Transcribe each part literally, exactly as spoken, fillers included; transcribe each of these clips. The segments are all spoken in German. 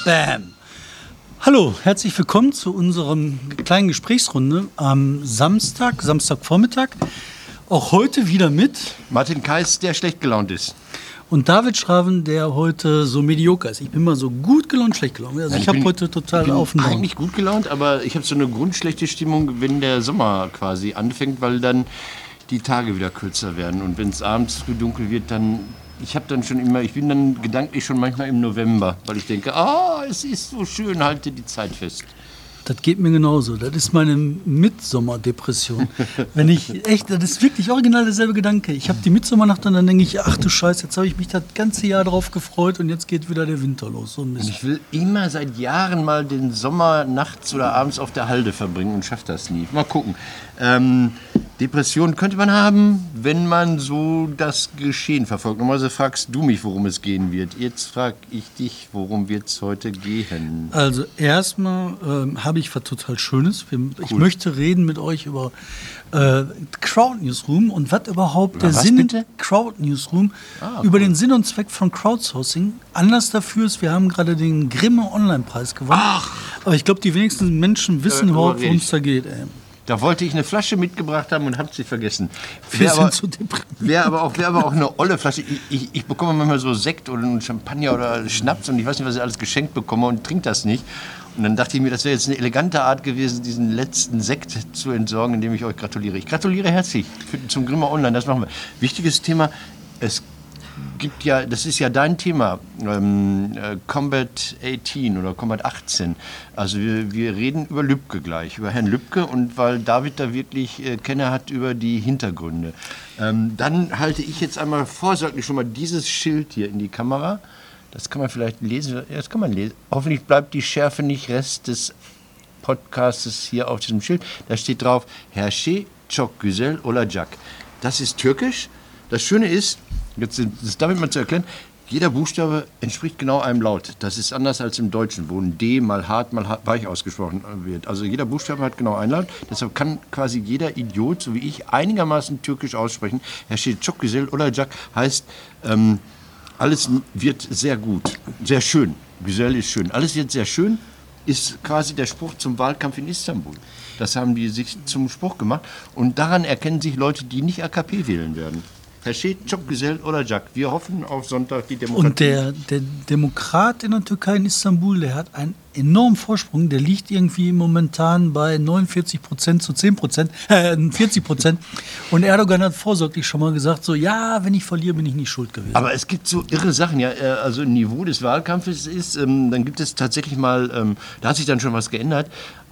Bam. Hallo, herzlich willkommen zu unserem kleinen Gesprächsrunde am Samstag, Samstagvormittag. Auch heute wieder mit Martin Kais, der schlecht gelaunt ist. Und David Schraven, der heute so medioker ist. Ich bin mal so gut gelaunt, schlecht gelaunt. Also Nein, ich, ich habe heute total auf und Ich bin eigentlich gut gelaunt, aber ich habe so eine grundschlechte Stimmung, wenn der Sommer quasi anfängt, weil dann die Tage wieder kürzer werden. Und wenn es abends früh dunkel wird, dann... Ich habe dann schon immer, ich bin dann gedanklich schon manchmal im November, weil ich denke, ah, es ist so schön, halte die Zeit fest. Das geht mir genauso. Das ist meine Mitsommerdepression. Wenn ich echt, das ist wirklich original derselbe Gedanke. Ich habe die Mitsommernacht und dann denke ich, ach du Scheiße, jetzt habe ich mich das ganze Jahr drauf gefreut und jetzt geht wieder der Winter los. So ein und ich will immer seit Jahren mal den Sommer nachts oder abends auf der Halde verbringen und schaffe das nie. Mal gucken. Ähm, Depression könnte man haben, wenn man so das Geschehen verfolgt. Normalerweise fragst du mich, worum es gehen wird. Jetzt frage ich dich, worum wird es heute gehen? Also erstmal ähm, habe ich was total Schönes. Cool. Ich möchte reden mit euch über äh, Crowd Newsroom und was überhaupt über der was Sinn bitte? Crowd Newsroom ah, über cool. den Sinn und Zweck von Crowdsourcing. Anlass dafür ist, wir haben gerade den Grimme Online-Preis gewonnen. Ach. Aber ich glaube, die wenigsten Menschen wissen äh, überhaupt, worum es da geht. Ey. Da wollte ich eine Flasche mitgebracht haben und habe sie vergessen. Wäre aber, wär aber, auch, wär aber auch eine olle Flasche. Ich, ich, ich bekomme manchmal so Sekt oder Champagner oder Schnaps und ich weiß nicht, was ich alles geschenkt bekomme und trinke das nicht. Und dann dachte ich mir, das wäre jetzt eine elegante Art gewesen, diesen letzten Sekt zu entsorgen, indem ich euch gratuliere. Ich gratuliere herzlich für, zum Grimme Online, das machen wir. Wichtiges Thema, es gibt ja, das ist ja dein Thema, ähm, äh, Combat achtzehn oder Combat achtzehn. Also wir, wir reden über Lübke gleich, über Herrn Lübke und weil David da wirklich äh, Kenner hat über die Hintergründe. Ähm, dann halte ich jetzt einmal vorsorglich schon mal dieses Schild hier in die Kamera. Das kann man vielleicht lesen, ja, das kann man lesen. Hoffentlich bleibt die Schärfe nicht Rest des Podcastes hier auf diesem Schild. Da steht drauf, Her şey çok güzel olacak. Das ist türkisch. Das Schöne ist, jetzt ist es damit mal zu erklären, jeder Buchstabe entspricht genau einem Laut. Das ist anders als im Deutschen, wo ein D mal hart, mal weich ausgesprochen wird. Also jeder Buchstabe hat genau einen Laut. Deshalb kann quasi jeder Idiot, so wie ich, einigermaßen türkisch aussprechen. Her şey çok güzel olacak heißt, ähm, alles wird sehr gut, sehr schön. Güzel ist schön. Alles wird sehr schön, ist quasi der Spruch zum Wahlkampf in Istanbul. Das haben die sich zum Spruch gemacht. Und daran erkennen sich Leute, die nicht A K P wählen werden. Her şey çok güzel olacak. Wir hoffen auf Sonntag die Demokratie. Und der, der Demokrat in der Türkei, in Istanbul, der hat einen enormen Vorsprung. Der liegt irgendwie momentan bei neunundvierzig Prozent zu zehn Prozent, äh, vierzig Prozent. Und Erdogan hat vorsorglich schon mal gesagt, so, ja, wenn ich verliere, bin ich nicht schuld gewesen. Aber es gibt so irre Sachen, ja. Also ein Niveau des Wahlkampfes ist, ähm, dann gibt es tatsächlich mal, ähm, da hat sich dann schon was geändert,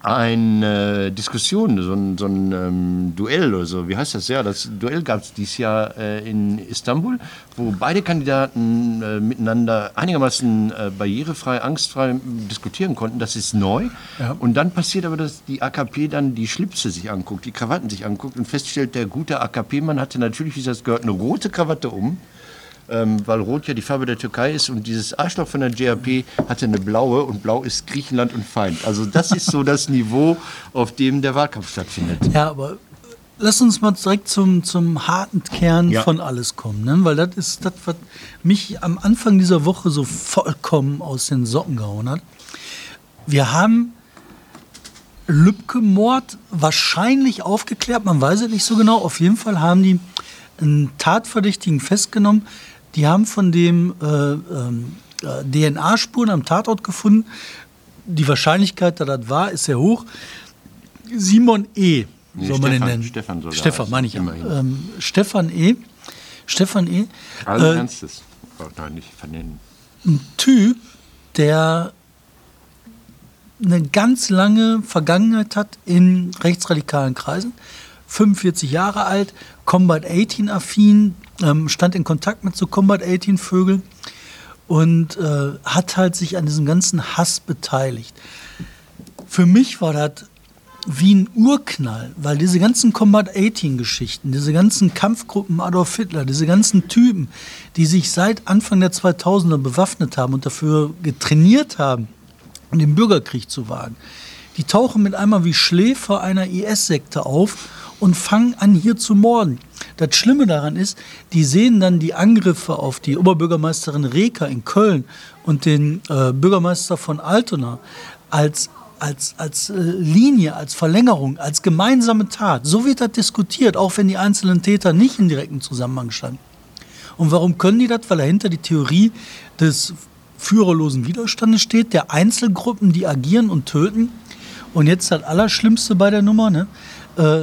eine äh, Diskussion, so ein, so ein ähm, Duell oder so, wie heißt das? Ja, das Duell gab es dieses Jahr äh, in Istanbul, wo beide Kandidaten äh, miteinander einigermaßen äh, barrierefrei, angstfrei diskutieren konnten. Das ist neu. Ja. Und dann passiert aber, dass die A K P dann die Schlipse sich anguckt, die Krawatten sich anguckt und feststellt, der gute A K P-Mann hatte natürlich, wie das gehört, eine rote Krawatte um. Ähm, weil Rot ja die Farbe der Türkei ist und dieses Arschloch von der J A P hatte eine blaue und blau ist Griechenland und Feind. Also das ist so das Niveau, auf dem der Wahlkampf stattfindet. Ja, aber lass uns mal direkt zum, zum harten Kern ja. von alles kommen, ne? Weil das ist das, was mich am Anfang dieser Woche so vollkommen aus den Socken gehauen hat. Wir haben Lübcke-Mord wahrscheinlich aufgeklärt, man weiß es nicht so genau. Auf jeden Fall haben die einen Tatverdächtigen festgenommen. Die haben von dem äh, äh, D N A-Spuren am Tatort gefunden. Die Wahrscheinlichkeit, dass das war, ist sehr hoch. Simon E. Nee, soll man Stefan, den nennen? Stefan, soll Stefan meine ich ja. Ähm, Stefan E. Stefan E. Allen äh, Ernstes. Nein, nicht vernennen. Ein Typ, der eine ganz lange Vergangenheit hat in rechtsradikalen Kreisen. fünfundvierzig Jahre alt, Combat achtzehn-affin, ähm, stand in Kontakt mit so Combat achtzehn-Vögeln und äh, hat halt sich an diesem ganzen Hass beteiligt. Für mich war das wie ein Urknall, weil diese ganzen Combat achtzehn-Geschichten, diese ganzen Kampfgruppen Adolf Hitler, diese ganzen Typen, die sich seit Anfang der zweitausender bewaffnet haben und dafür getrainiert haben, um den Bürgerkrieg zu wagen, Die tauchen mit einmal wie Schläfer einer I S-Sekte auf und fangen an, hier zu morden. Das Schlimme daran ist, die sehen dann die Angriffe auf die Oberbürgermeisterin Reker in Köln und den äh, Bürgermeister von Altona als, als, als äh, Linie, als Verlängerung, als gemeinsame Tat. So wird das diskutiert, auch wenn die einzelnen Täter nicht in direktem Zusammenhang standen. Und warum können die das? Weil dahinter die Theorie des führerlosen Widerstandes steht, der Einzelgruppen, die agieren und töten. Und jetzt das Allerschlimmste bei der Nummer, ne? Äh,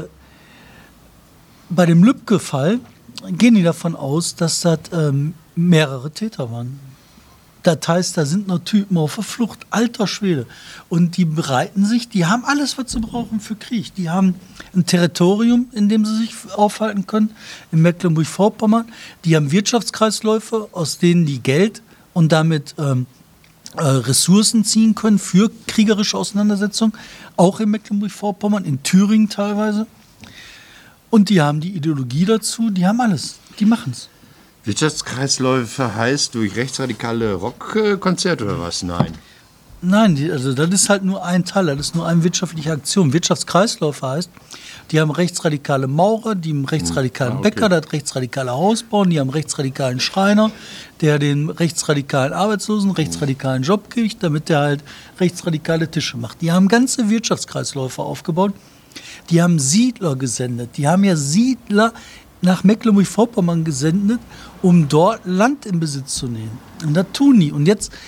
bei dem Lübcke-Fall gehen die davon aus, dass das ähm, mehrere Täter waren. Das heißt, da sind noch Typen auf der Flucht, alter Schwede. Und die bereiten sich, die haben alles, was sie brauchen für Krieg. Die haben ein Territorium, in dem sie sich aufhalten können, in Mecklenburg-Vorpommern. Die haben Wirtschaftskreisläufe, aus denen die Geld und damit ähm, äh, Ressourcen ziehen können für kriegerische Auseinandersetzungen, auch in Mecklenburg-Vorpommern, in Thüringen teilweise. Und die haben die Ideologie dazu, die haben alles, die machen es. Wirtschaftskreisläufe heißt durch rechtsradikale Rockkonzerte oder was? Nein. Nein, die, also das ist halt nur ein Teil, das ist nur eine wirtschaftliche Aktion. Wirtschaftskreisläufe heißt, die haben rechtsradikale Maurer, die haben rechtsradikalen hm. ah, okay. Bäcker, der hat rechtsradikale Hausbauern, die haben rechtsradikalen Schreiner, der den rechtsradikalen Arbeitslosen rechtsradikalen Job kriegt, damit der halt rechtsradikale Tische macht. Die haben ganze Wirtschaftskreisläufe aufgebaut. Die haben Siedler gesendet. Die haben ja Siedler nach Mecklenburg-Vorpommern gesendet, um dort Land in Besitz zu nehmen. Und das tun die. Und jetzt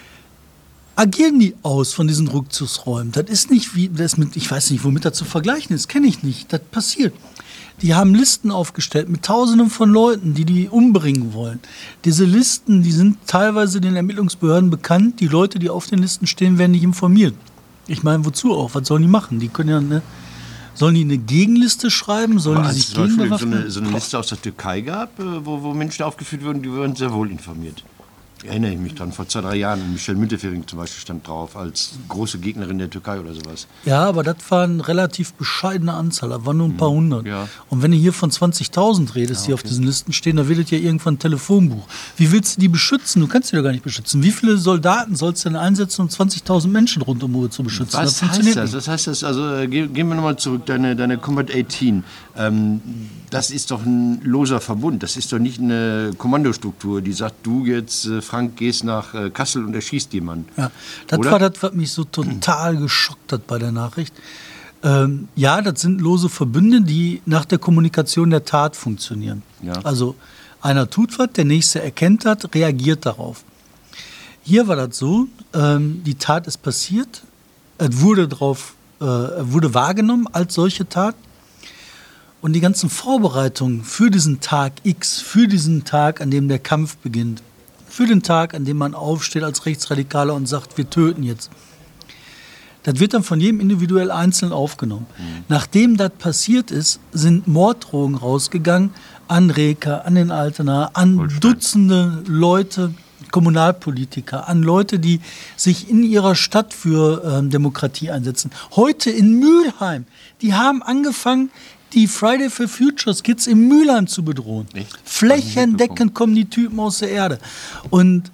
agieren die aus von diesen Rückzugsräumen. Das ist nicht wie, das mit, ich weiß nicht, womit das zu vergleichen ist, kenne ich nicht. Das passiert. Die haben Listen aufgestellt mit Tausenden von Leuten, die die umbringen wollen. Diese Listen, die sind teilweise den Ermittlungsbehörden bekannt. Die Leute, die auf den Listen stehen, werden nicht informiert. Ich meine, wozu auch? Was sollen die machen? Die können ja eine Sollen die eine Gegenliste schreiben? Sollen Aber die sich gegen so eine, so eine Liste aus der Türkei gab, wo, wo Menschen aufgeführt wurden, die wurden sehr wohl informiert. Erinnere ich mich dran, vor zwei, drei Jahren. Michel Müntefering zum Beispiel stand drauf, als große Gegnerin der Türkei oder sowas. Ja, aber das war eine relativ bescheidene Anzahl, das waren nur ein paar hundert. Ja. Und wenn du hier von zwanzigtausend redest, ja, okay. die auf diesen Listen stehen, dann wird ja irgendwann ein Telefonbuch. Wie willst du die beschützen? Du kannst die doch gar nicht beschützen. Wie viele Soldaten sollst du denn einsetzen, um zwanzigtausend Menschen rund um Uhr zu beschützen? Was das heißt das? Das heißt das, also äh, gehen wir nochmal zurück, deine, deine Combat achtzehn. Ähm, das ist doch ein loser Verbund. Das ist doch nicht eine Kommandostruktur, die sagt, du jetzt, äh, Frank, gehst nach äh, Kassel und erschießt jemanden. Ja, das Oder? war das, was mich so total geschockt hat bei der Nachricht. Ähm, ja, das sind lose Verbünde, die nach der Kommunikation der Tat funktionieren. Ja. Also einer tut was, der Nächste erkennt das, reagiert darauf. Hier war das so, ähm, die Tat ist passiert, es wurde, drauf, äh, wurde wahrgenommen als solche Tat. Und die ganzen Vorbereitungen für diesen Tag X, für diesen Tag, an dem der Kampf beginnt, für den Tag, an dem man aufsteht als Rechtsradikaler und sagt, wir töten jetzt. Das wird dann von jedem individuell einzeln aufgenommen. Mhm. Nachdem das passiert ist, sind Morddrohungen rausgegangen an Reker, an den Altena, an Wohlstand. Dutzende Leute, Kommunalpolitiker, an Leute, die sich in ihrer Stadt für ähm, Demokratie einsetzen. Heute in Mülheim, die haben angefangen, die Friday for Futures Kids in Mülheim zu bedrohen. Echt? Flächendeckend kommen die Typen aus der Erde. Und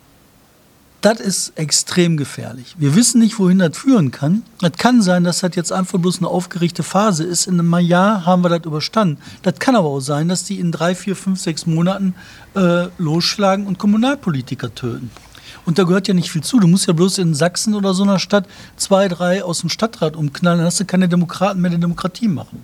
das ist extrem gefährlich. Wir wissen nicht, wohin das führen kann. Es kann sein, dass das jetzt einfach bloß eine aufgeregte Phase ist. In einem Jahr haben wir das überstanden. Das kann aber auch sein, dass die in drei, vier, fünf, sechs Monaten äh, losschlagen und Kommunalpolitiker töten. Und da gehört ja nicht viel zu. Du musst ja bloß in Sachsen oder so einer Stadt zwei, drei aus dem Stadtrat umknallen, dann hast du keine Demokraten mehr, die Demokratie machen.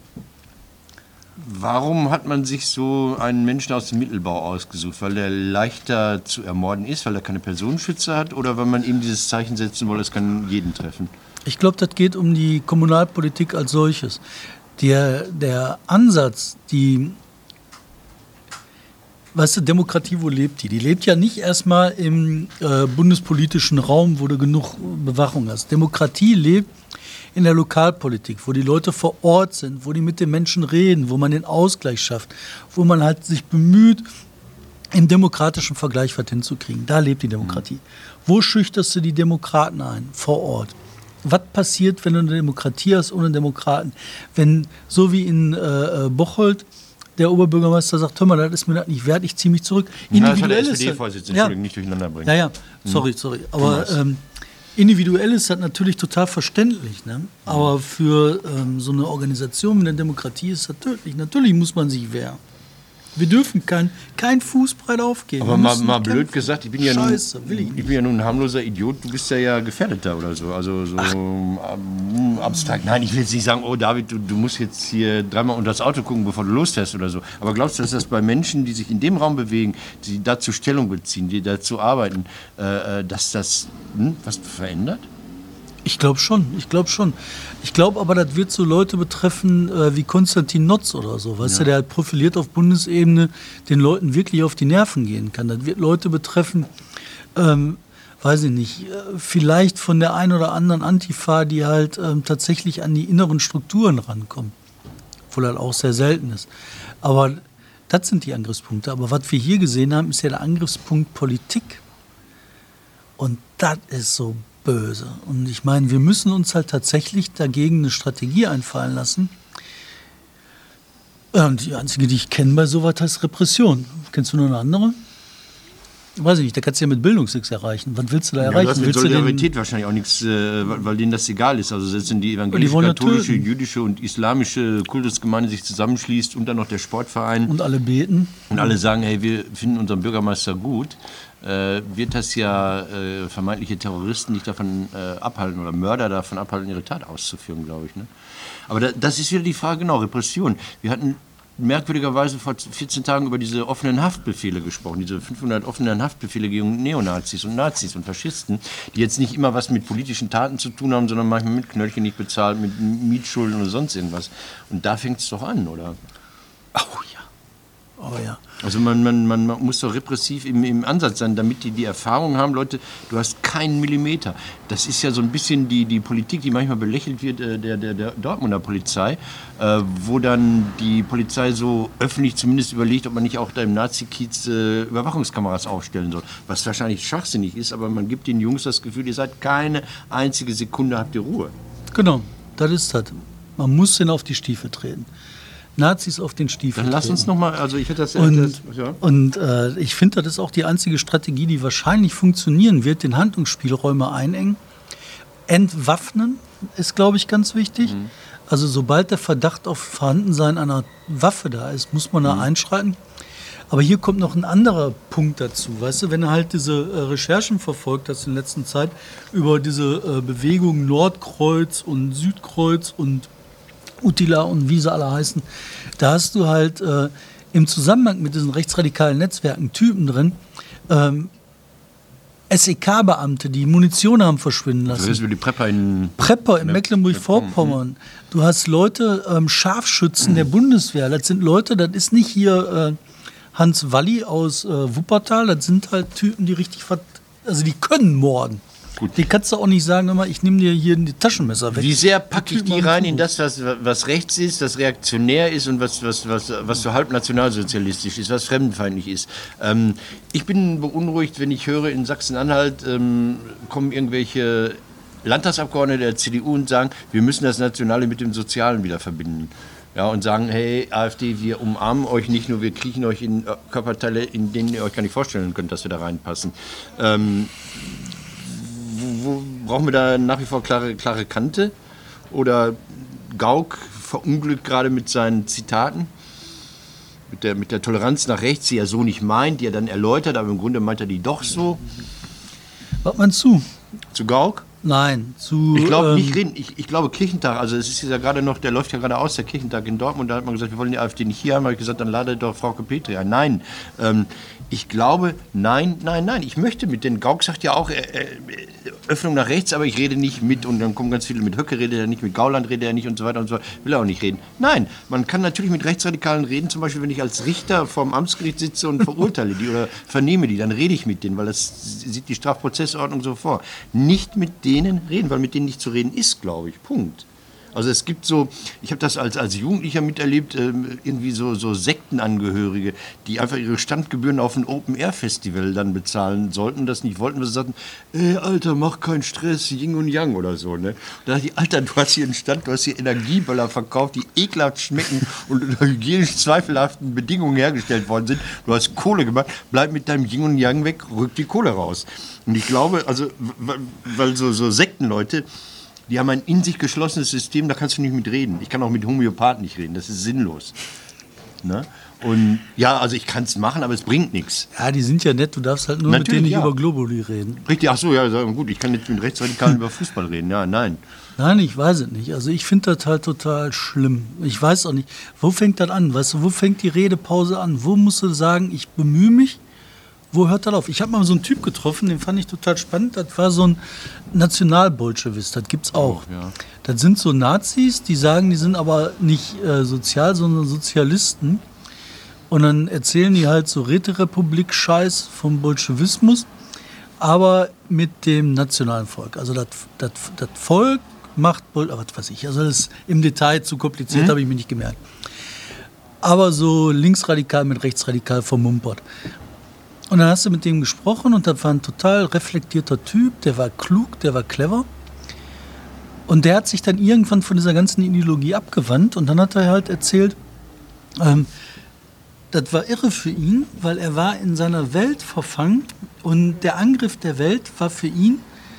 Warum hat man sich so einen Menschen aus dem Mittelbau ausgesucht? Weil er leichter zu ermorden ist, weil er keine Personenschützer hat oder weil man ihm dieses Zeichen setzen will, es kann jeden treffen? Ich glaube, das geht um die Kommunalpolitik als solches. Der, der Ansatz, die, weißt du, Demokratie, wo lebt die? Die lebt ja nicht erstmal im äh, bundespolitischen Raum, wo du genug Bewachung hast. Demokratie lebt in der Lokalpolitik, wo die Leute vor Ort sind, wo die mit den Menschen reden, wo man den Ausgleich schafft, wo man halt sich bemüht, im demokratischen Vergleich was hinzukriegen. Da lebt die Demokratie. Mhm. Wo schüchterst du die Demokraten ein? Vor Ort. Was passiert, wenn du eine Demokratie hast ohne Demokraten? Wenn, so wie in äh, Bocholt, der Oberbürgermeister sagt, hör mal, das ist mir das nicht wert, ich ziehe mich zurück. Individuell ist der S P D-Vorsitzende, ja, nicht durcheinander bringen. Ja, ja, sorry, sorry. Aber ähm, Individuell ist das natürlich total verständlich, ne? Aber für ähm, so eine Organisation wie eine Demokratie ist das tödlich. Natürlich muss man sich wehren. Wir dürfen kein, kein Fußbreit aufgeben. Aber mal, mal blöd gesagt, ich bin, ja Scheiße, nun, will ich, ich bin ja nun ein harmloser Idiot, du bist ja ja Gefährdeter oder so. Also so ähm, abstrakt. Nein, ich will jetzt nicht sagen, oh David, du, du musst jetzt hier dreimal unter das Auto gucken, bevor du losfährst oder so. Aber glaubst du, dass das bei Menschen, die sich in dem Raum bewegen, die dazu Stellung beziehen, die dazu arbeiten, äh, dass das hm, was verändert? Ich glaube schon, ich glaube schon. Ich glaube aber, das wird so Leute betreffen äh, wie Konstantin Notz oder so, weißt ja. du, der halt profiliert auf Bundesebene den Leuten wirklich auf die Nerven gehen kann. Das wird Leute betreffen, ähm, weiß ich nicht, äh, vielleicht von der einen oder anderen Antifa, die halt ähm, tatsächlich an die inneren Strukturen rankommen. Obwohl das auch sehr selten ist. Aber das sind die Angriffspunkte. Aber was wir hier gesehen haben, ist ja der Angriffspunkt Politik. Und das ist so böse. Und ich meine, wir müssen uns halt tatsächlich dagegen eine Strategie einfallen lassen. Und die einzige, die ich kenne bei sowas, heißt Repression. Kennst du noch eine andere? Weiß ich nicht, da kannst du ja mit Bildungsnix erreichen. Was willst du da erreichen? Ja, du hast mit willst Solidarität den, wahrscheinlich auch nichts, äh, weil denen das egal ist. Also selbst wenn die evangelische, katholische, jüdische und islamische Kultusgemeinde sich zusammenschließt und dann noch der Sportverein. Und alle beten. Und alle sagen, hey, wir finden unseren Bürgermeister gut. Äh, wird das ja äh, vermeintliche Terroristen nicht davon äh, abhalten oder Mörder davon abhalten, ihre Tat auszuführen, glaube ich. Ne? Aber da, das ist wieder die Frage, genau, Repression. Wir hatten merkwürdigerweise vor vierzehn Tagen über diese offenen Haftbefehle gesprochen, diese fünfhundert offenen Haftbefehle gegen Neonazis und Nazis und Faschisten, die jetzt nicht immer was mit politischen Taten zu tun haben, sondern manchmal mit Knöllchen nicht bezahlt, mit Mietschulden oder sonst irgendwas. Und da fängt es doch an, oder? Oh ja. Oh ja. Also man, man, man muss doch repressiv im, im Ansatz sein, damit die die Erfahrung haben, Leute, du hast keinen Millimeter. Das ist ja so ein bisschen die, die Politik, die manchmal belächelt wird, äh, der, der, der Dortmunder Polizei, äh, wo dann die Polizei so öffentlich zumindest überlegt, ob man nicht auch da im Nazi-Kiez äh, Überwachungskameras aufstellen soll. Was wahrscheinlich schwachsinnig ist, aber man gibt den Jungs das Gefühl, ihr seid keine einzige Sekunde, habt ihr Ruhe. Genau, das ist das. Man muss denen auf die Stiefel treten. Nazis auf den Stiefel. Dann lass uns nochmal, also ich hätte das... Und, das, ja. und äh, ich finde, das ist auch die einzige Strategie, die wahrscheinlich funktionieren wird, den Handlungsspielräume einengen. Entwaffnen ist, glaube ich, ganz wichtig. Mhm. Also sobald der Verdacht auf Vorhandensein einer Waffe da ist, muss man da mhm. einschreiten. Aber hier kommt noch ein anderer Punkt dazu. Weißt du, wenn du halt diese äh, Recherchen verfolgt hast in letzter Zeit über diese äh, Bewegungen Nordkreuz und Südkreuz und Utila und wie sie alle heißen, da hast du halt äh, im Zusammenhang mit diesen rechtsradikalen Netzwerken Typen drin, ähm, S E K-Beamte, die Munition haben verschwinden lassen. Also die Prepper in, Prepper in Mecklenburg-Vorpommern. Du hast Leute, ähm, Scharfschützen der Bundeswehr. Das sind Leute, das ist nicht hier äh, Hans Walli aus äh, Wuppertal, das sind halt Typen, die richtig, also die können morden. Gut. Die kannst du auch nicht sagen, immer, ich nehme dir hier die Taschenmesser weg. Wie sehr packe ich die rein in das, was, was rechts ist, das reaktionär ist und was, was, was, was so halb nationalsozialistisch ist, was fremdenfeindlich ist. Ähm, ich bin beunruhigt, wenn ich höre, in Sachsen-Anhalt ähm, kommen irgendwelche Landtagsabgeordnete der C D U und sagen, wir müssen das Nationale mit dem Sozialen wieder verbinden. Ja, und sagen, hey, AfD, wir umarmen euch nicht nur, wir kriechen euch in Körperteile, in denen ihr euch gar nicht vorstellen könnt, dass wir da reinpassen. Ähm, Wo, brauchen wir da nach wie vor klare, klare Kante? Oder Gauck verunglückt gerade mit seinen Zitaten? Mit der, mit der Toleranz nach rechts, die er so nicht meint, die er dann erläutert, aber im Grunde meint er die doch so. Was meinst du? Zu Gauck? Nein, zu... Ich glaube ähm, nicht reden. Ich, ich glaube Kirchentag, also es ist ja gerade noch, der läuft ja gerade aus, der Kirchentag in Dortmund, da hat man gesagt, wir wollen die AfD nicht hier haben, habe ich gesagt, dann lade doch Frauke Petri ein. Nein, ähm, ich glaube, nein, nein, nein, ich möchte mit, denn Gauck sagt ja auch, äh, äh, Öffnung nach rechts, aber ich rede nicht mit, und dann kommen ganz viele, mit Höcke redet er nicht, mit Gauland redet er nicht und so weiter und so weiter, will er auch nicht reden. Nein, man kann natürlich mit Rechtsradikalen reden, zum Beispiel, wenn ich als Richter vorm Amtsgericht sitze und verurteile die oder vernehme die, dann rede ich mit denen, weil das sieht die Strafprozessordnung so vor. Nicht mit denen reden, weil mit denen nicht zu reden ist, glaube ich, Punkt. Also es gibt so, ich habe das als, als Jugendlicher miterlebt, äh, irgendwie so, so Sektenangehörige, die einfach ihre Standgebühren auf ein Open-Air-Festival dann bezahlen sollten, das nicht wollten, weil sie sagten, ey, Alter, mach keinen Stress, Yin und Yang oder so. Ne? Da dachte ich, Alter, du hast hier einen Stand, du hast hier Energieböller verkauft, die ekelhaft schmecken und unter hygienisch zweifelhaften Bedingungen hergestellt worden sind. Du hast Kohle gemacht, bleib mit deinem Yin und Yang weg, rück die Kohle raus. Und ich glaube, also, weil so, so Sektenleute, die haben ein in sich geschlossenes System, da kannst du nicht mit reden. Ich kann auch mit Homöopathen nicht reden, das ist sinnlos. Ne? Und ja, also ich kann es machen, aber es bringt nichts. Ja, die sind ja nett, du darfst halt nur Natürlich, mit denen nicht ja. über Globuli reden. Richtig, ach so, ja, gut, ich kann jetzt mit Rechtsradikalen über Fußball reden, ja, nein. Nein, ich weiß es nicht. Also ich finde das halt total schlimm. Ich weiß auch nicht, wo fängt das an? Weißt du, wo fängt die Redepause an? Wo musst du sagen, ich bemühe mich? Wo hört das auf? Ich habe mal so einen Typ getroffen, den fand ich total spannend. Das war so ein Nationalbolschewist, das gibt's auch. Oh, ja. Das sind so Nazis, die sagen, die sind aber nicht äh, sozial, sondern Sozialisten. Und dann erzählen die halt so Räterepublik-Scheiß vom Bolschewismus, aber mit dem nationalen Volk. Also das, das, das Volk macht, was weiß ich, also das ist im Detail zu kompliziert, mhm. habe ich mir nicht gemerkt. Aber so linksradikal mit rechtsradikal vermumpert. Und dann hast du mit dem gesprochen und das war ein total reflektierter Typ, der war klug, der war clever. Und der hat sich dann irgendwann von dieser ganzen Ideologie abgewandt und dann hat er halt erzählt, ähm, das war irre für ihn, weil er war in seiner Welt verfangen und der Angriff der Welt war für ihn,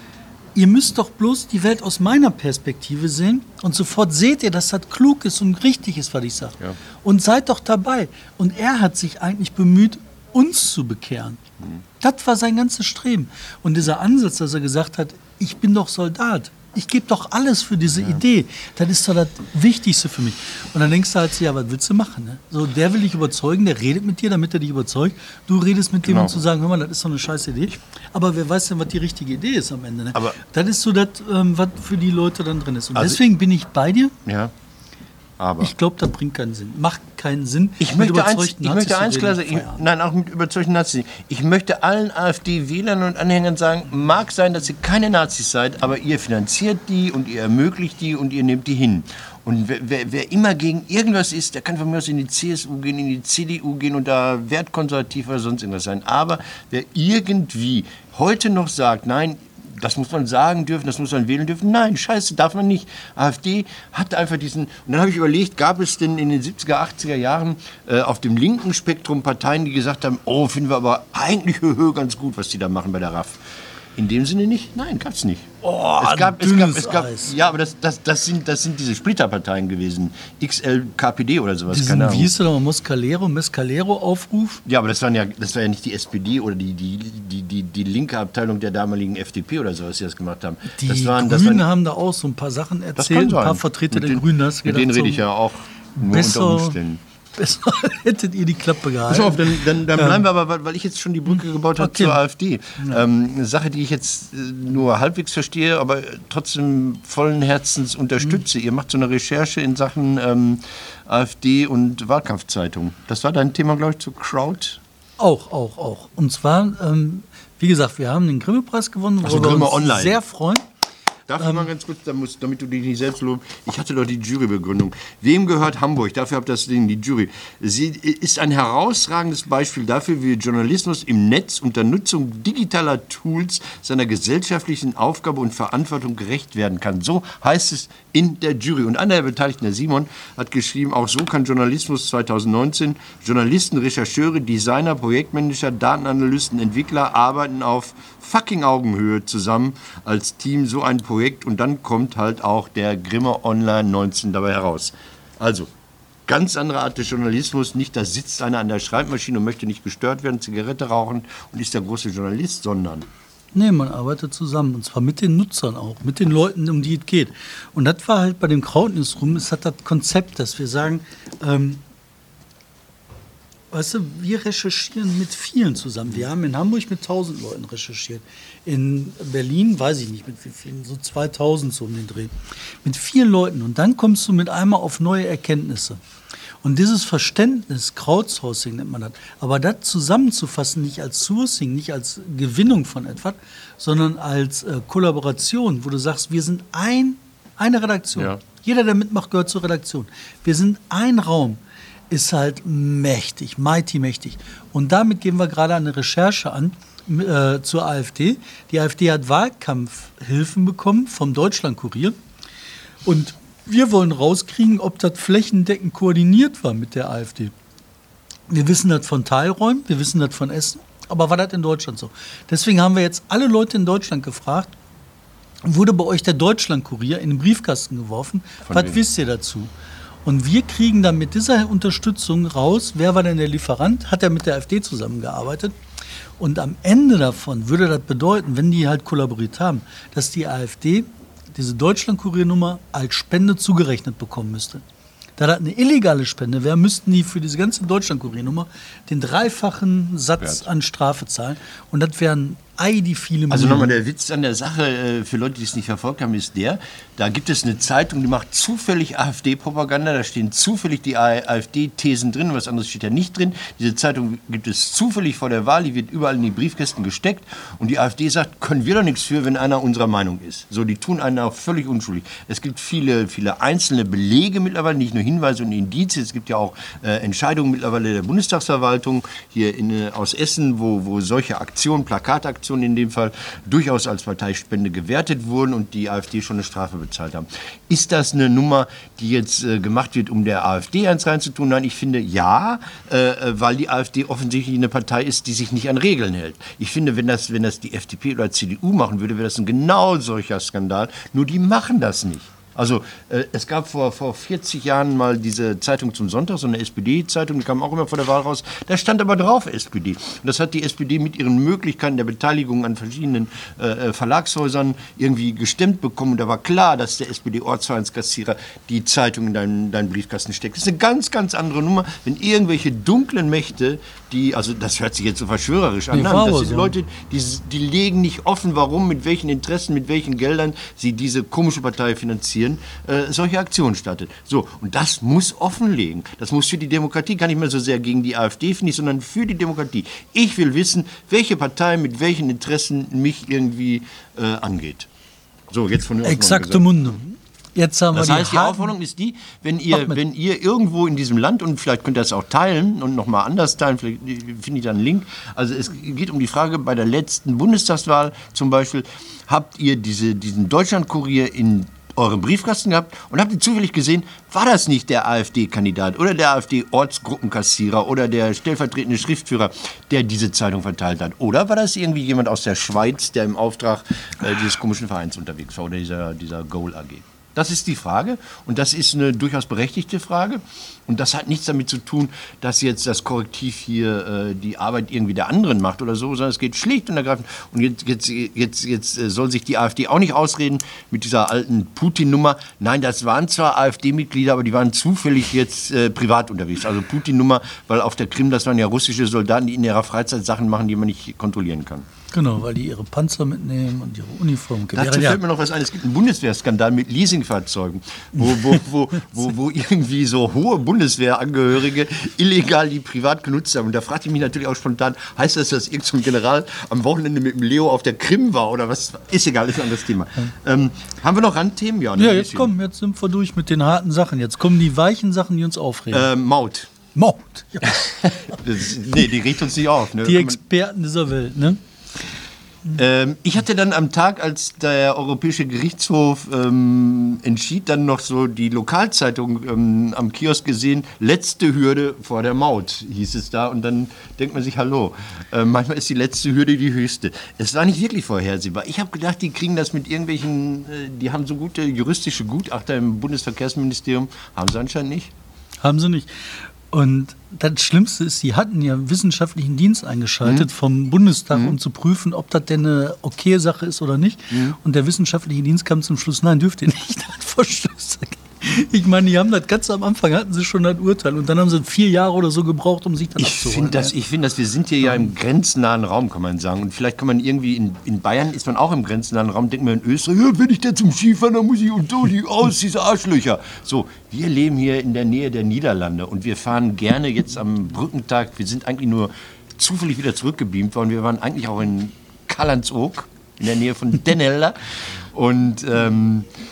ihr müsst doch bloß die Welt aus meiner Perspektive sehen und sofort seht ihr, dass das klug ist und richtig ist, was ich sage. Ja. Und seid doch dabei. Und er hat sich eigentlich bemüht, uns zu bekehren. Mhm. Das war sein ganzes Streben. Und dieser Ansatz, dass er gesagt hat, ich bin doch Soldat, ich gebe doch alles für diese ja. Idee, das ist doch das Wichtigste für mich. Und dann denkst du halt, ja, was willst du machen? Ne? So, der will dich überzeugen, der redet mit dir, damit er dich überzeugt. Du redest mit genau. dem, um zu sagen, hör mal, das ist doch eine scheiß Idee. Aber wer weiß denn, was die richtige Idee ist am Ende. Ne? Aber das ist so das, ähm, was für die Leute dann drin ist. Und also deswegen bin ich bei dir. Ja. Aber ich glaube, das bringt keinen Sinn. Macht keinen Sinn. Ich möchte eins, ich möchte eins klar sagen, nein, auch mit überzeugten Nazis. Ich möchte allen AfD-Wählern und Anhängern sagen, mag sein, dass ihr keine Nazis seid, aber ihr finanziert die und ihr ermöglicht die und ihr nehmt die hin. Und wer, wer, wer immer gegen irgendwas ist, der kann von mir aus in die C S U gehen, in die C D U gehen und da wertkonservativ oder sonst irgendwas sein. Aber wer irgendwie heute noch sagt, nein, das muss man sagen dürfen, das muss man wählen dürfen. Nein, scheiße, darf man nicht. AfD hat einfach diesen... Und dann habe ich überlegt, gab es denn in den siebziger, achtziger Jahren äh, auf dem linken Spektrum Parteien, die gesagt haben, oh, finden wir aber eigentlich höhö, ganz gut, was die da machen bei der R A F. In dem Sinne nicht? Nein, gab es nicht. Oh, es gab, es gab, es gab, Eis. Ja, aber das, das, das, sind, das sind diese Splitterparteien gewesen. X L K P D oder sowas. Diesen, keine Ahnung. Wie hieß der noch? Mescalero, Mescalero-Aufruf? Ja, aber das, waren ja, das war ja nicht die S P D oder die, die, die, die, die linke Abteilung der damaligen F D P oder sowas, die das gemacht haben. Die das waren, Grünen das waren, haben da auch so ein paar Sachen erzählt, ein paar Vertreter der Grünen. Das mit denen rede ich ja auch nur besser, unter Umständen. Besser hättet ihr die Klappe gehalten. Pass auf, dann, dann, dann bleiben wir aber, weil ich jetzt schon die Brücke gebaut habe okay. zur AfD. Ja. Ähm, eine Sache, die ich jetzt nur halbwegs verstehe, aber trotzdem vollen Herzens unterstütze. Mhm. Ihr macht so eine Recherche in Sachen ähm, AfD und Wahlkampfzeitung. Das war dein Thema, glaube ich, zu Crowd? Auch, auch, auch. Und zwar, ähm, wie gesagt, wir haben den Grimme-Preis gewonnen, also wo wir uns online. sehr freuen. Darf ich mal ganz kurz, damit du dich nicht selbst lobst, ich hatte doch die Jurybegründung. Wem gehört Hamburg? Dafür habt das Ding, die Jury. Sie ist ein herausragendes Beispiel dafür, wie Journalismus im Netz unter Nutzung digitaler Tools seiner gesellschaftlichen Aufgabe und Verantwortung gerecht werden kann. So heißt es in der Jury. Und einer der Beteiligten, der Simon, hat geschrieben, auch so kann Journalismus zweitausendneunzehn, Journalisten, Rechercheure, Designer, Projektmanager, Datenanalysten, Entwickler arbeiten auf fucking Augenhöhe zusammen als Team, so ein Projekt, und dann kommt halt auch der Grimme Online neunzehn dabei heraus. Also, ganz andere Art des Journalismus, nicht da sitzt einer an der Schreibmaschine und möchte nicht gestört werden, Zigarette rauchen und ist der große Journalist, sondern... Nee, man arbeitet zusammen, und zwar mit den Nutzern auch, mit den Leuten, um die es geht. Und das war halt bei dem Krautnewsroom, es hat das Konzept, dass wir sagen, ähm, weißt du, wir recherchieren mit vielen zusammen. Wir haben in Hamburg mit tausend Leuten recherchiert. In Berlin, weiß ich nicht, mit wie vielen, so zweitausend so um den Dreh. Mit vielen Leuten. Und dann kommst du mit einmal auf neue Erkenntnisse. Und dieses Verständnis, Crowdsourcing nennt man das, aber das zusammenzufassen, nicht als Sourcing, nicht als Gewinnung von etwas, sondern als äh, Kollaboration, wo du sagst, wir sind ein, eine Redaktion. Ja. Jeder, der mitmacht, gehört zur Redaktion. Wir sind ein Raum, ist halt mächtig, mighty mächtig. Und damit gehen wir gerade eine Recherche an äh, zur AfD. Die AfD hat Wahlkampfhilfen bekommen vom Deutschlandkurier. Und wir wollen rauskriegen, ob das flächendeckend koordiniert war mit der AfD. Wir wissen das von Teilräumen, wir wissen das von Essen, aber war das in Deutschland so? Deswegen haben wir jetzt alle Leute in Deutschland gefragt, wurde bei euch der Deutschlandkurier in den Briefkasten geworfen? Von Was wem? Wisst ihr dazu? Und wir kriegen dann mit dieser Unterstützung raus, wer war denn der Lieferant? Hat er mit der AfD zusammengearbeitet? Und am Ende davon würde das bedeuten, wenn die halt kollaboriert haben, dass die AfD diese Deutschlandkuriernummer als Spende zugerechnet bekommen müsste. Da das eine illegale Spende wäre, müssten die für diese ganze Deutschlandkuriernummer den dreifachen Satz an Strafe zahlen. Und das wären ei die viele Millionen. Also nochmal der Witz an der Sache, für Leute, die es nicht verfolgt haben, ist der, da gibt es eine Zeitung, die macht zufällig AfD-Propaganda, da stehen zufällig die AfD-Thesen drin, was anderes steht ja nicht drin. Diese Zeitung gibt es zufällig vor der Wahl, die wird überall in die Briefkästen gesteckt und die AfD sagt, können wir doch nichts für, wenn einer unserer Meinung ist. So, die tun einen auch völlig unschuldig. Es gibt viele, viele einzelne Belege mittlerweile, nicht nur Hinweise und Indizien, es gibt ja auch äh, Entscheidungen mittlerweile der Bundestagsverwaltung hier in, äh, aus Essen, wo, wo solche Aktionen, Plakataktionen in dem Fall durchaus als Parteispende gewertet wurden und die AfD schon eine Strafe bezahlt haben. Ist das eine Nummer, die jetzt äh, gemacht wird, um der AfD eins reinzutun? Nein, ich finde ja, äh, weil die AfD offensichtlich eine Partei ist, die sich nicht an Regeln hält. Ich finde, wenn das, wenn das die F D P oder C D U machen würde, wäre das ein genau solcher Skandal. Nur die machen das nicht. Also äh, es gab vor, vor vierzig Jahren mal diese Zeitung zum Sonntag, so eine S P D-Zeitung, die kam auch immer vor der Wahl raus. Da stand aber drauf S P D. Und das hat die S P D mit ihren Möglichkeiten der Beteiligung an verschiedenen äh, Verlagshäusern irgendwie gestemmt bekommen. Und da war klar, dass der S P D-Ortsvereinskassierer die Zeitung in deinen, deinen Briefkasten steckt. Das ist eine ganz, ganz andere Nummer, wenn irgendwelche dunklen Mächte, die, also das hört sich jetzt so verschwörerisch an, nein, das sind so. Leute, die, die legen nicht offen, warum, mit welchen Interessen, mit welchen Geldern sie diese komische Partei finanzieren. Äh, solche Aktionen startet. So, und das muss offenlegen. Das muss für die Demokratie, gar nicht mehr so sehr gegen die AfD, finde ich, sondern für die Demokratie. Ich will wissen, welche Partei mit welchen Interessen mich irgendwie äh, angeht. So, jetzt von der Exakte Munde. Jetzt haben das wir heißt, die, die Aufforderung ist die, wenn ihr, wenn ihr irgendwo in diesem Land, und vielleicht könnt ihr das auch teilen und nochmal anders teilen, vielleicht finde ich da einen Link, also es geht um die Frage, bei der letzten Bundestagswahl zum Beispiel, habt ihr diese, diesen Deutschlandkurier in euren Briefkasten gehabt und habt ihr zufällig gesehen, war das nicht der AfD-Kandidat oder der AfD-Ortsgruppenkassierer oder der stellvertretende Schriftführer, der diese Zeitung verteilt hat? Oder war das irgendwie jemand aus der Schweiz, der im Auftrag äh, dieses komischen Vereins unterwegs war oder dieser, dieser Goal A G? Das ist die Frage und das ist eine durchaus berechtigte Frage und das hat nichts damit zu tun, dass jetzt das Korrektiv hier äh, die Arbeit irgendwie der anderen macht oder so, sondern es geht schlicht und ergreifend und jetzt, jetzt, jetzt, jetzt soll sich die AfD auch nicht ausreden mit dieser alten Putin-Nummer. Nein, das waren zwar AfD-Mitglieder, aber die waren zufällig jetzt äh, privat unterwegs. Also Putin-Nummer, weil auf der Krim, das waren ja russische Soldaten, die in ihrer Freizeit Sachen machen, die man nicht kontrollieren kann. Genau, weil die ihre Panzer mitnehmen und ihre Uniform. Dazu fällt mir noch was ein. Es gibt einen Bundeswehrskandal mit Leasingfahrzeugen, wo, wo, wo, wo, wo irgendwie so hohe Bundeswehrangehörige illegal die privat genutzt haben. Und da fragte ich mich natürlich auch spontan, heißt das, dass irgendein so General am Wochenende mit dem Leo auf der Krim war oder was? Ist egal, ist ein anderes Thema. Ähm, haben wir noch Randthemen? Ja, ja jetzt kommen, jetzt sind wir durch mit den harten Sachen. Jetzt kommen die weichen Sachen, die uns aufregen. Äh, Maut. Maut, ja. das, nee, die regt uns nicht auf. Ne? Die Experten dieser Welt, ne? Ähm, ich hatte dann am Tag, als der Europäische Gerichtshof ähm, entschied, dann noch so die Lokalzeitung ähm, am Kiosk gesehen, letzte Hürde vor der Maut, hieß es da. Und dann denkt man sich, hallo, äh, manchmal ist die letzte Hürde die höchste. Es war nicht wirklich vorhersehbar. Ich habe gedacht, die kriegen das mit irgendwelchen, äh, die haben so gute juristische Gutachter im Bundesverkehrsministerium. Haben sie anscheinend nicht. Haben sie nicht. Und das Schlimmste ist, sie hatten ja wissenschaftlichen Dienst eingeschaltet mhm. vom Bundestag, mhm. um zu prüfen, ob das denn eine okay Sache ist oder nicht. Mhm. Und der wissenschaftliche Dienst kam zum Schluss, nein, dürft ihr nicht. Das hat Verstoß dagegen. Ich meine, die haben das ganz am Anfang, hatten sie schon das Urteil und dann haben sie vier Jahre oder so gebraucht, um sich das ich abzuholen. Find das, ich finde, dass wir sind hier ja im grenznahen Raum, kann man sagen. Und vielleicht kann man irgendwie, in, in Bayern ist man auch im grenznahen Raum, denkt man in Österreich, ja, wenn ich da zum Skifahren, dann muss ich und so, die aus, diese Arschlöcher. So, wir leben hier in der Nähe der Niederlande und wir fahren gerne jetzt am Brückentag, wir sind eigentlich nur zufällig wieder zurückgebeamt worden, wir waren eigentlich auch in Callantsoog, in der Nähe von Den Helder und ähm,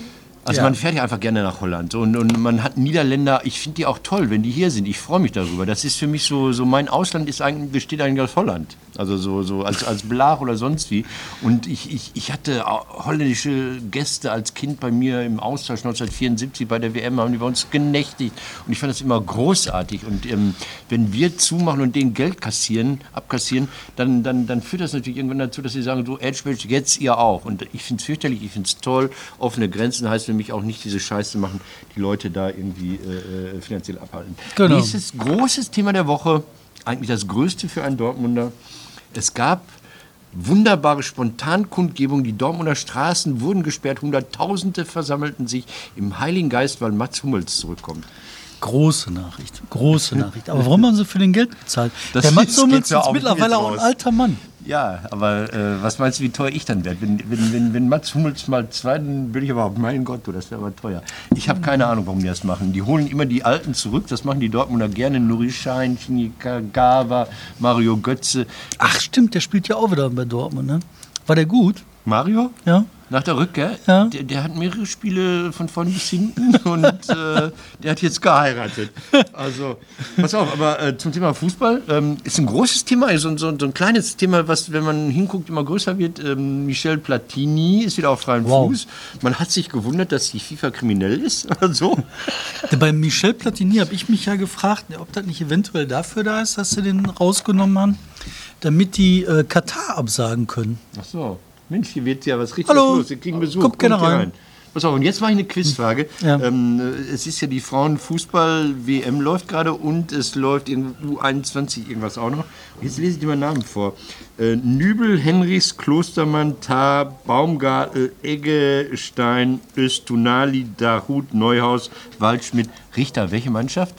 Also Ja. man fährt ja einfach gerne nach Holland und, und man hat Niederländer, ich finde die auch toll, wenn die hier sind. Ich freue mich darüber. Das ist für mich so, so mein Ausland ist eigentlich, besteht eigentlich aus Holland. Also so, so als, als Blach oder sonst wie. Und ich, ich, ich hatte holländische Gäste als Kind bei mir im Austausch neunzehnhundertvierundsiebzig bei der W M, haben die bei uns genächtigt. Und ich fand das immer großartig. Und ähm, wenn wir zumachen und denen Geld kassieren, abkassieren, dann, dann, dann führt das natürlich irgendwann dazu, dass sie sagen, so Edgebatch, jetzt ihr auch. Und ich finde es fürchterlich, ich finde es toll. Offene Grenzen heißt für mich auch nicht diese Scheiße machen, die Leute da irgendwie äh, finanziell abhalten. Genau. Nächstes großes Thema der Woche, eigentlich das größte für einen Dortmunder. Es gab wunderbare Spontankundgebungen. Die Dortmunder Straßen wurden gesperrt. Hunderttausende versammelten sich im Heiligen Geist, weil Mats Hummels zurückkommt. Große Nachricht, große Nachricht. Aber warum haben sie für den Geld gezahlt? Das Der Mats ist- Hummels geht ja ist auch mittlerweile jetzt auch ein raus. alter Mann. Ja, aber äh, was meinst du, wie teuer ich dann werde? Wenn, wenn, wenn, wenn Mats Hummels mal zwei, dann würde ich aber, mein Gott, du, das wäre aber teuer. Ich habe keine Ahnung, warum die das machen. Die holen immer die Alten zurück, das machen die Dortmunder gerne. Nuri Sahin, Shinji Kagawa, Mario Götze. Ach stimmt, der spielt ja auch wieder bei Dortmund, ne? War der gut? Mario? Ja. Nach der Rückkehr? Ja. Der, der hat mehrere Spiele von vorne bis hinten und äh, der hat jetzt geheiratet. Also, pass auf, aber äh, zum Thema Fußball ähm, ist ein großes Thema, so, so, so ein kleines Thema, was, wenn man hinguckt, immer größer wird. Ähm, Michel Platini ist wieder auf freiem Wow. Fuß. Man hat sich gewundert, dass die FIFA kriminell ist oder so. Bei Michel Platini habe ich mich ja gefragt, ob das nicht eventuell dafür da ist, dass sie den rausgenommen haben, damit die äh, Katar absagen können. Ach so. Mensch, hier wird ja was richtig Hallo. los. Wir kriegen Besuch. Kommt gerne hier rein. Pass auf, und jetzt mache ich eine Quizfrage. Ja. Ähm, es ist ja die Frauenfußball-W M läuft gerade und es läuft in U einundzwanzig irgendwas auch noch. Jetzt lese ich dir mal Namen vor. Äh, Nübel, Henrichs, Klostermann, Tar, Baumgartel, Eggestein, Östunali, Dahut, Neuhaus, Waldschmidt, Richter. Welche Mannschaft?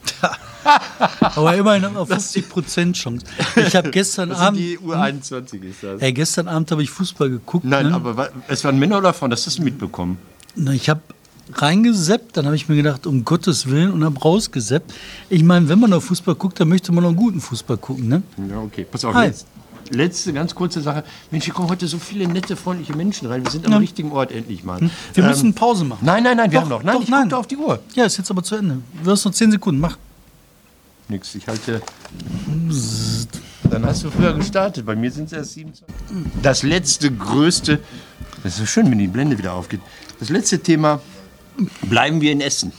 Aber immerhin haben wir fünfzig Prozent Chance. Ich habe gestern Das sind Abend, die U einundzwanzig ist das. ey, gestern Abend habe ich Fußball geguckt. Nein, ne? aber wa- es waren Männer oder Frauen? Das hast du mitbekommen. Na, ich habe reingeseppt, dann habe ich mir gedacht, um Gottes Willen, und habe rausgeseppt. Ich meine, wenn man auf Fußball guckt, dann möchte man auch guten Fußball gucken, ne? Ja, okay. Pass auf, Hi. letz, letzte ganz kurze Sache. Mensch, hier kommen heute so viele nette, freundliche Menschen rein. Wir sind am richtigen Ort endlich mal. Wir Ähm, müssen Pause machen. Nein, nein, nein, wir Doch, haben noch. Nein, doch, ich nein. gucke auf die Uhr. Ja, ist jetzt aber zu Ende. Du hast noch zehn Sekunden, mach. Nix, ich halte. Dann hast du früher gestartet. Bei mir sind es erst siebenundzwanzig. Das letzte, größte. Das ist so schön, wenn die Blende wieder aufgeht. Das letzte Thema. Bleiben wir in Essen.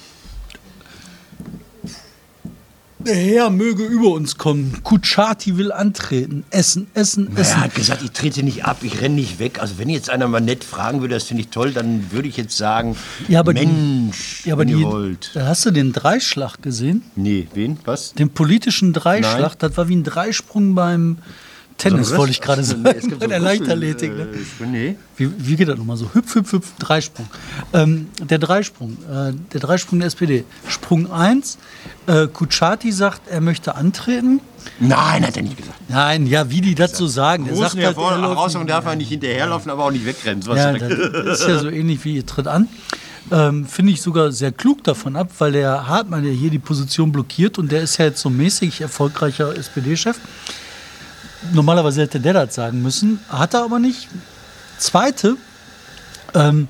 Der Herr möge über uns kommen. Kutschaty will antreten. Essen, essen, essen. Er hat gesagt, ich trete nicht ab, ich renne nicht weg. Also wenn jetzt einer mal nett fragen würde, das finde ich toll, dann würde ich jetzt sagen, Ja, aber die- Mensch, Ja, aber wenn die, ihr wollt. da hast du den Dreischlag gesehen? Nee, wen? Was? Den politischen Dreischlag. Nein. Das war wie ein Dreisprung beim Tennis, So ein wollte ich gerade Rest- sagen. Nee, es gibt Bei so der Rüssel- Leichtathletik. Ne? Äh, nee. Wie, wie geht das nochmal so? Hüpf, hüpf, hüpf, Dreisprung. Ähm, der Dreisprung, äh, der Dreisprung der S P D. Sprung eins, äh, Kutschaty sagt, er möchte antreten. Nein, hat er nicht gesagt. Nein, ja, wie die das so sagen. Der sagt Großen halt, er läuft Herausforderung nicht. darf er nicht hinterherlaufen, aber auch nicht wegrennen. So was Ja, hat er- das ist ja so ähnlich wie ihr tritt an. Ähm, Finde ich sogar sehr klug davon ab, weil der Hartmann ja hier die Position blockiert und der ist ja jetzt so mäßig erfolgreicher S P D-Chef. Normalerweise hätte der das sagen müssen, hat er aber nicht. Zweite, ähm,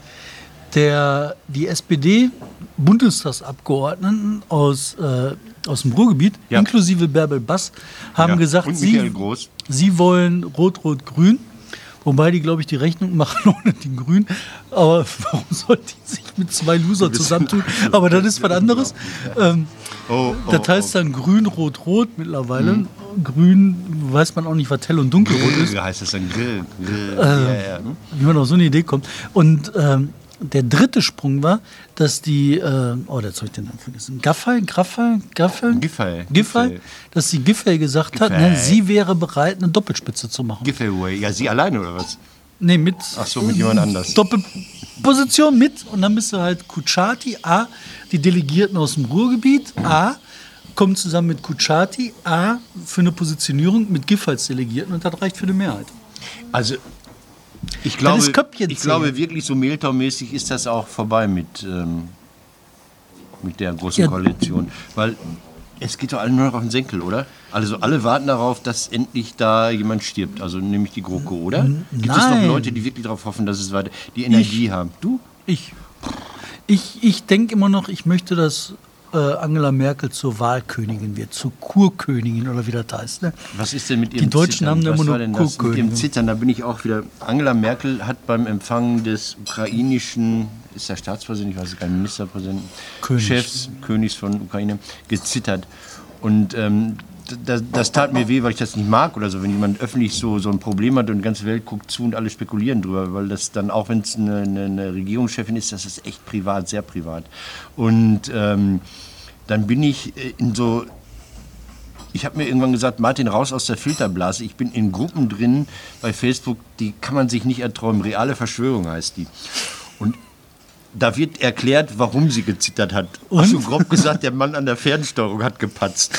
der, die S P D-Bundestagsabgeordneten aus, äh, aus dem Ruhrgebiet, Ja. inklusive Bärbel Bass, haben Ja, gesagt, und Michael sie, Groß. sie wollen Rot-Rot-Grün. Wobei die, glaube ich, die Rechnung machen ohne den Grün. Aber warum sollten die sich mit zwei Loser zusammentun? Aber das ist was anderes. Ähm, Oh, oh, das heißt dann Grün, Rot, Rot mittlerweile. Grün weiß man auch nicht, was hell und dunkelrot ist. Grill heißt das dann Grill. Grill. ja, ja. hm? Wie man auf so eine Idee kommt. Und ähm, der dritte Sprung war, dass die, äh, oh, jetzt habe ich den Namen vergessen, Gaffey, Gaffey, Gaffey? Giffey. Giffey, dass die Giffey gesagt hat, Giffey. ne, sie wäre bereit, eine Doppelspitze zu machen. Giveaway. Ja, sie alleine oder was? Nee, mit Ach so, mit jemand anders. Doppelposition mit und dann bist du halt Kutschaty, A, die Delegierten aus dem Ruhrgebiet, A, kommen zusammen mit Kutschaty, A, für eine Positionierung mit Giffey als Delegierten und das reicht für die Mehrheit. Also, ich glaube, ist Köpfchen ich zählen. glaube wirklich, so Mehltau-mäßig ist das auch vorbei mit, ähm, mit der großen Ja. Koalition. Weil es geht doch alle nur noch auf den Senkel, oder? Also alle warten darauf, dass endlich da jemand stirbt. Also nämlich die GroKo, oder? Gibt es noch nein. Leute, die wirklich darauf hoffen, dass es weiter die Energie haben? Du? Ich. Ich, ich denke immer noch, ich möchte, dass äh, Angela Merkel zur Wahlkönigin wird, zur Kurkönigin oder wie das heißt. Ne? Was ist denn mit ihrem Die Deutschen Zittern? haben da Was immer war nur denn das mit Kurkönigin. ihrem Zittern? Da bin ich auch wieder. Angela Merkel hat beim Empfang des ukrainischen, ist der Staatspräsident, ich weiß gar nicht, Ministerpräsidenten, König. Chefs, Königs von Ukraine, gezittert. Und ähm, das, das tat mir weh, weil ich das nicht mag oder so, wenn jemand öffentlich so, so ein Problem hat und die ganze Welt guckt zu und alle spekulieren drüber, weil das dann, auch wenn es eine, eine, eine Regierungschefin ist, das ist echt privat, sehr privat. Und ähm, dann bin ich in so, ich habe mir irgendwann gesagt, Martin, raus aus der Filterblase, ich bin in Gruppen drin bei Facebook, die kann man sich nicht erträumen, reale Verschwörung heißt die. Und da wird erklärt, warum sie gezittert hat. Und? Also grob gesagt, der Mann an der Fernsteuerung hat gepatzt.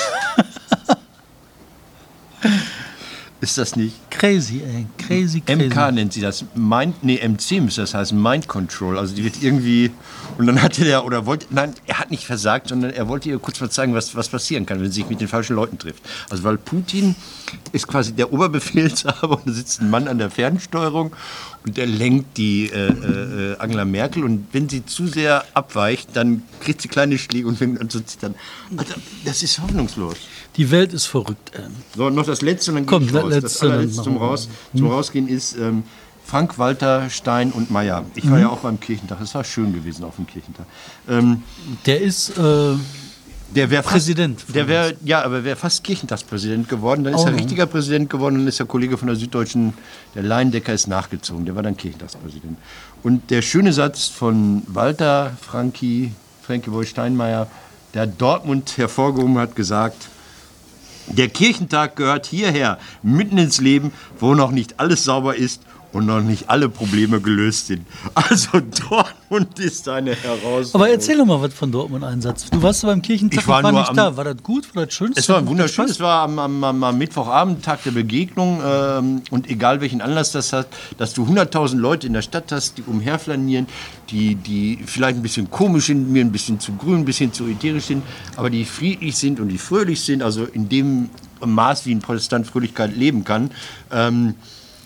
Ist das nicht? Crazy, ey. Crazy, crazy. M K nennt sie das. Mind, nee, M C müsste das heißen. Mind Control. Also die wird irgendwie... Und dann hatte der, oder wollte... Nein, er hat nicht versagt, sondern er wollte ihr kurz mal zeigen, was, was passieren kann, wenn sie sich mit den falschen Leuten trifft. Also weil Putin ist quasi der Oberbefehlshaber und da sitzt ein Mann an der Fernsteuerung und der lenkt die äh, äh, Angela Merkel. Und wenn sie zu sehr abweicht, dann kriegt sie kleine Schläge und fängt an zu zittern. Also, das ist hoffnungslos. Die Welt ist verrückt. Ey. So, noch das Letzte und dann Komm, gehe ich raus. letzte, das allerletzte zum, Raus, zum Rausgehen ist ähm, Frank Walter Stein und Meyer. Ich war mhm. ja auch beim Kirchentag. Es war schön gewesen auf dem Kirchentag. Ähm, der ist äh, der wär Präsident. Fast, der wäre ja, aber wäre fast Kirchentagspräsident geworden. Dann ist oh, er richtiger Präsident geworden. Dann ist der Kollege von der Süddeutschen, der Laiendecker, ist nachgezogen. Der war dann Kirchentagspräsident. Und der schöne Satz von Walter Franki, Frankie Boy Steinmeier, der Dortmund hervorgehoben hat, gesagt: Der Kirchentag gehört hierher, mitten ins Leben, wo noch nicht alles sauber ist und noch nicht alle Probleme gelöst sind. Also Dortmund ist eine Herausforderung. Aber erzähl doch mal was von Dortmund-Einsatz. Du warst beim Kirchentag, ich war, ich war nicht am, da. War das gut? War das schön? Es war wunderschön. Es war am, am, am Mittwochabend, Tag der Begegnung. Ähm, und egal welchen Anlass das hat, dass du hunderttausend Leute in der Stadt hast, die umherflanieren, die, die vielleicht ein bisschen komisch sind, mir ein bisschen zu grün, ein bisschen zu ätherisch sind, aber die friedlich sind und die fröhlich sind, also in dem Maß, wie ein Protestant Fröhlichkeit leben kann. Ähm,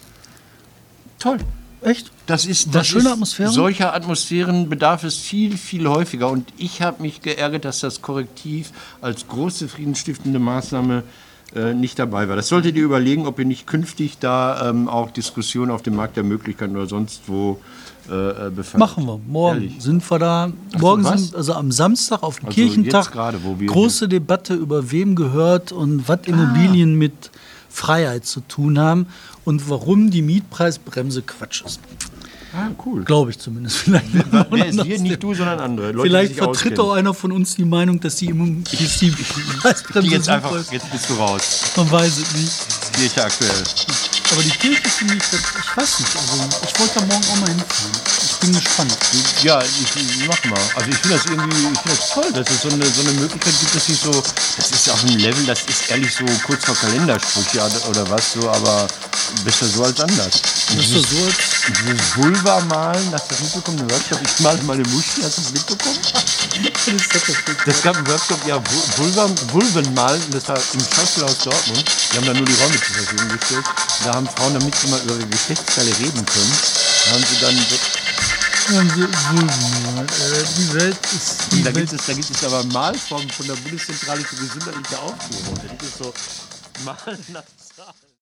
toll. Echt? Das ist, War das schöne ist, Atmosphäre? Solcher Atmosphären bedarf es viel, viel häufiger. Und ich habe mich geärgert, dass das Korrektiv als große friedensstiftende Maßnahme äh, nicht dabei war. Das solltet ihr überlegen, ob ihr nicht künftig da ähm, auch Diskussionen auf dem Markt der Möglichkeiten oder sonst wo äh, befördert. Machen wir. Morgen Ehrlich. sind wir da. Ach Morgen so, sind, also am Samstag auf dem Also Kirchentag, jetzt gerade, wo wir große Debatte über wem gehört und was Immobilien Ah. mit Freiheit zu tun haben und warum die Mietpreisbremse Quatsch ist. Ah, cool. Glaube ich zumindest. Vielleicht Wer, wer ist wir? Nicht du, sondern andere. Leute, Vielleicht die sich vertritt auskennen. auch einer von uns die Meinung, dass die, Immo- dass die Preisbremse Die jetzt super einfach, ist. jetzt bist du raus. Man weiß es nicht. Kirche aktuell. Aber die Kirche finde ich, das, ich weiß nicht, also ich wollte da morgen auch mal hinfahren. Ich bin gespannt. Ja, ich mach mal. Also ich finde das irgendwie, ich finde das toll, dass es so eine, so eine Möglichkeit gibt, dass ich so, das ist auf einem Level, das ist ehrlich so kurz vor Kalenderspruch, ja, oder was so, aber besser so als anders. Und Das ist dieses, doch so, als und dieses Vulva-Malen, hast du das mitbekommen? Einen Workshop, ich male meine Muschi, hast du das mitbekommen? Das gab einen Workshop, ja, Vulva, Vulvenmalen, und das war im Schauspielhaus Dortmund. Die haben da nur die Räume zur Verfügung gestellt. Und da haben Frauen, damit sie mal über ihre Geschlechtsteile reden können, da haben sie dann so, haben sie Vulven, äh, die Welt ist die da Welt. gibt es, da gibt es aber Malformen von der Bundeszentrale für gesundheitliche Aufklärung. Da gibt es so Malen nach Zahlen.